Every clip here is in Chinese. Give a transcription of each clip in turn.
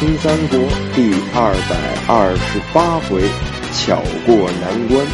听三国第228回，巧过难关。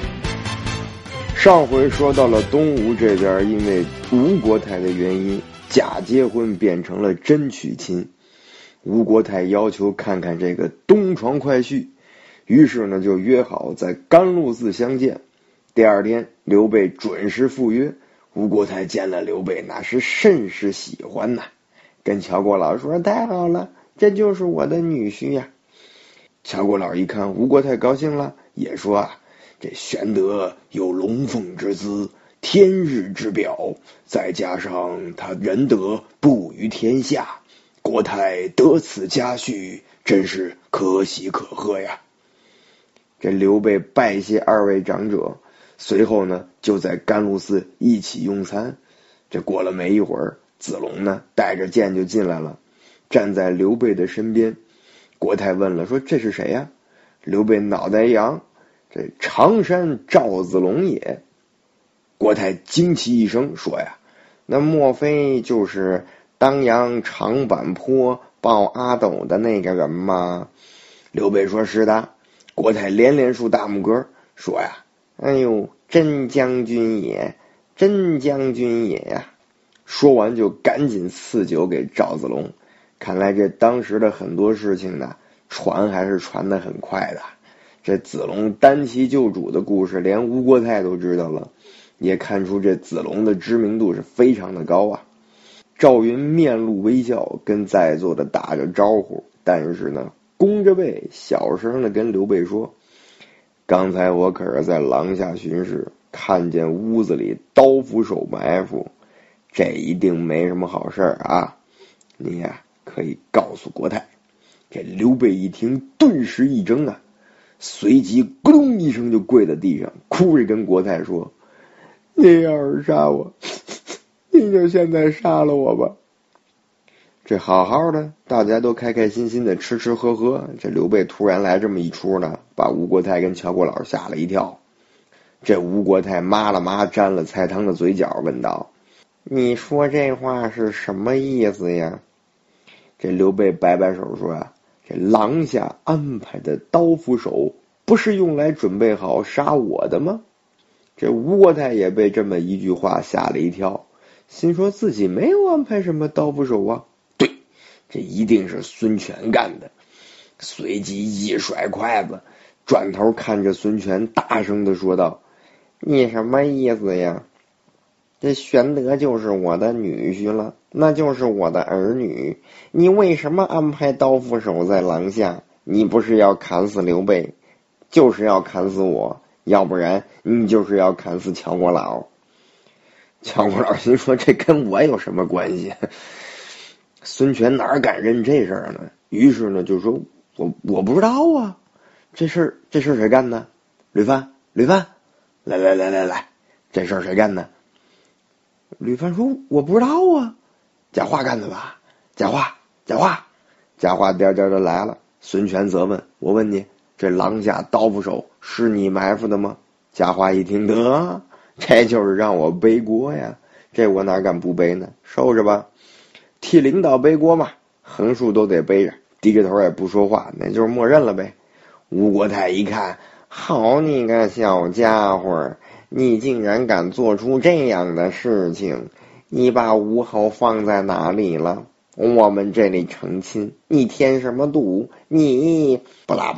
上回说到了东吴这边，因为吴国太的原因，假结婚变成了真娶亲。吴国太要求看看这个东床快婿，于是呢就约好在甘露寺相见。第二天，刘备准时赴约。吴国太见了刘备，那是甚是喜欢呐，跟乔国老说：“太好了，这就是我的女婿呀。”乔国老一看吴国太高兴了，也说啊，这玄德有龙凤之姿，天日之表，再加上他仁德布于天下，国太得此佳婿，真是可喜可贺呀。这刘备拜谢二位长者，随后呢就在甘露寺一起用餐。这过了没一会儿，子龙呢带着剑就进来了，站在刘备的身边。国太问了，说这是谁呀？刘备脑袋一扬，这常山赵子龙也。国太惊奇一声说呀，那莫非就是当阳长坂坡抱阿斗的那个人吗？刘备说是的。国太连连竖大拇哥说呀，哎呦，真将军也，真将军也呀。说完就赶紧赐酒给赵子龙。看来这当时的很多事情呢，传还是传得很快的。这子龙单骑救主的故事连吴国太都知道了，也看出这子龙的知名度是非常的高啊。赵云面露微笑，跟在座的打着招呼，但是呢弓着背小声的跟刘备说，刚才我可是在廊下巡视，看见屋子里刀斧手埋伏，这一定没什么好事啊，你呀可以告诉国太。这刘备一听顿时一怔啊，随即咕咚一声就跪在地上，哭着跟国太说，你要是杀我，你就现在杀了我吧。这好好的大家都开开心心的吃吃喝喝，这刘备突然来这么一出呢，把吴国太跟乔国老吓了一跳。这吴国太抹了抹沾了菜汤的嘴角，问道，你说这话是什么意思呀？这刘备摆摆手说啊，这廊下安排的刀斧手不是用来准备好杀我的吗？这吴国太也被这么一句话吓了一跳，心说自己没有安排什么刀斧手啊，对，这一定是孙权干的。随即一甩筷子，转头看着孙权大声地说道，你什么意思呀？这玄德就是我的女婿了，那就是我的儿女，你为什么安排刀斧手在廊下？你不是要砍死刘备，就是要砍死我，要不然你就是要砍死乔国老。乔国老心说，这跟我有什么关系？孙权哪敢认这事儿呢？于是呢就说，我不知道啊，这事谁干的？吕范，来，这事谁干的？吕范说，我不知道啊。贾华干的吧？贾华颠颠的来了。孙权责问，我问你，这廊下刀斧手是你埋伏的吗？贾华一听，得，这就是让我背锅呀，这我哪敢不背呢？受着吧，替领导背锅嘛，横竖都得背着，低着头也不说话，那就是默认了呗。吴国太一看，好你个小家伙，你竟然敢做出这样的事情，你把吴侯放在哪里了？我们这里成亲，你添什么堵？你不啦，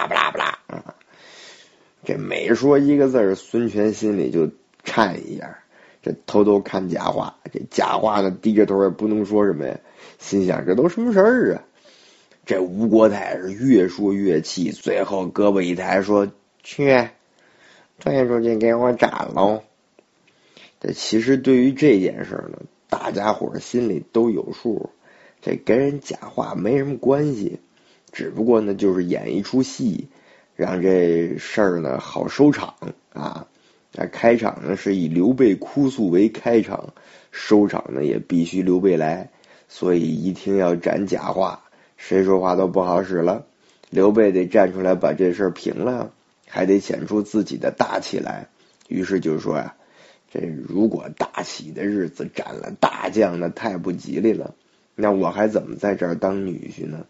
这每说一个字儿，孙权心里就颤一下，这偷偷看贾华，这贾华呢低着头也不能说什么呀，心想这都什么事儿啊？这吴国太是越说越气，最后胳膊一抬说，去推出去给我斩喽。这其实对于这件事呢，大家伙心里都有数，这跟人贾华没什么关系，只不过呢就是演一出戏，让这事儿呢好收场啊。开场呢是以刘备哭诉为开场，收场呢也必须刘备来，所以一听要斩贾华，谁说话都不好使了。刘备得站出来把这事儿平了，还得显出自己的大气来。于是就说呀，这如果大喜的日子斩了大将，那太不吉利了，那我还怎么在这儿当女婿呢？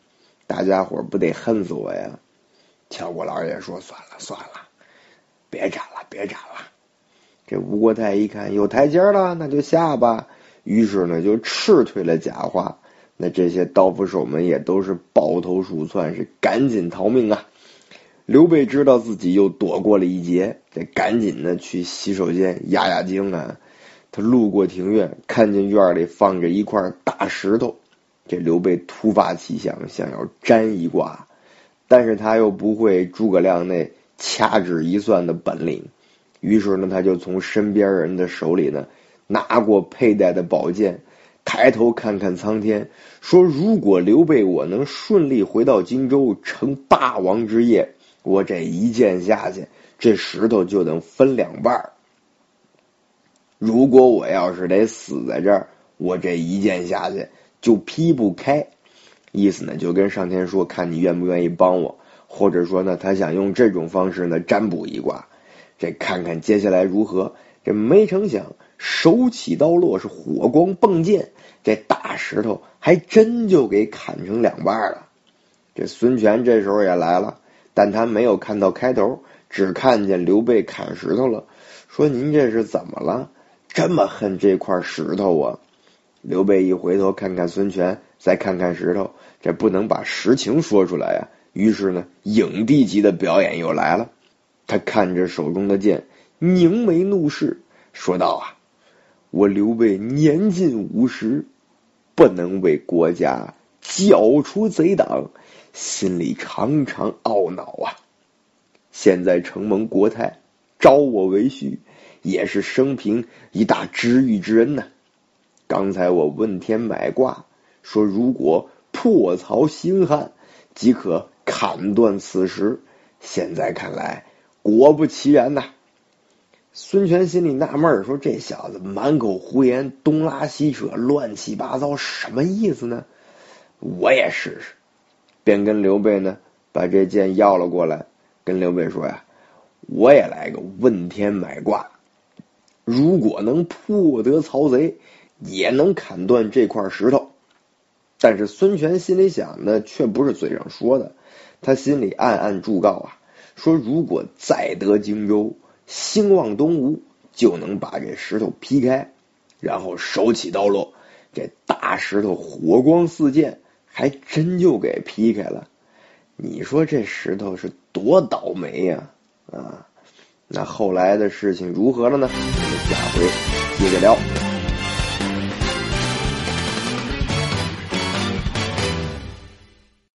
大家伙不得恨死我呀。乔国老爷说算了，别斩了。这吴国太一看有台阶了，那就下吧，于是呢就斥退了假话。那这些刀斧手们也都是抱头鼠窜，是赶紧逃命啊。刘备知道自己又躲过了一劫，这赶紧呢去洗手间压惊啊。他路过庭院，看见院里放着一块大石头，这刘备突发奇想，想要占一卦，但是他又不会诸葛亮那掐指一算的本领，于是呢他就从身边人的手里呢拿过佩戴的宝剑，抬头看看苍天，说如果刘备我能顺利回到荆州，成霸王之业，我这一剑下去，这石头就能分两半。如果我要是得死在这儿，我这一剑下去就劈不开。意思呢就跟上天说，看你愿不愿意帮我，或者说呢他想用这种方式呢占卜一卦，这看看接下来如何。这没成想手起刀落，是火光迸溅，这大石头还真就给砍成两半了。这孙权这时候也来了，但他没有看到开头，只看见刘备砍石头了，说您这是怎么了，这么恨这块石头啊？刘备一回头看看孙权，再看看石头，这不能把实情说出来呀。于是呢影帝级的表演又来了，他看着手中的剑，凝眉怒视，说道啊，我刘备年近50，不能为国家剿除贼党，心里常常懊恼啊。现在承蒙国太招我为婿，也是生平一大知遇之恩呐。刚才我问天买卦，说如果破曹兴汉，即可砍断此石。现在看来，果不其然呐。孙权心里纳闷，说这小子满口胡言，东拉西扯，乱七八糟，什么意思呢？我也试试。便跟刘备呢把这剑要了过来，跟刘备说呀，我也来个问天买卦，如果能破得曹贼，也能砍断这块石头。但是孙权心里想的却不是嘴上说的，他心里暗暗祝告啊，说如果再得荆州，兴旺东吴，就能把这石头劈开。然后手起刀落，这大石头火光四溅，还真就给劈开了。你说这石头是多倒霉呀！那后来的事情如何了呢？我们下回接着聊。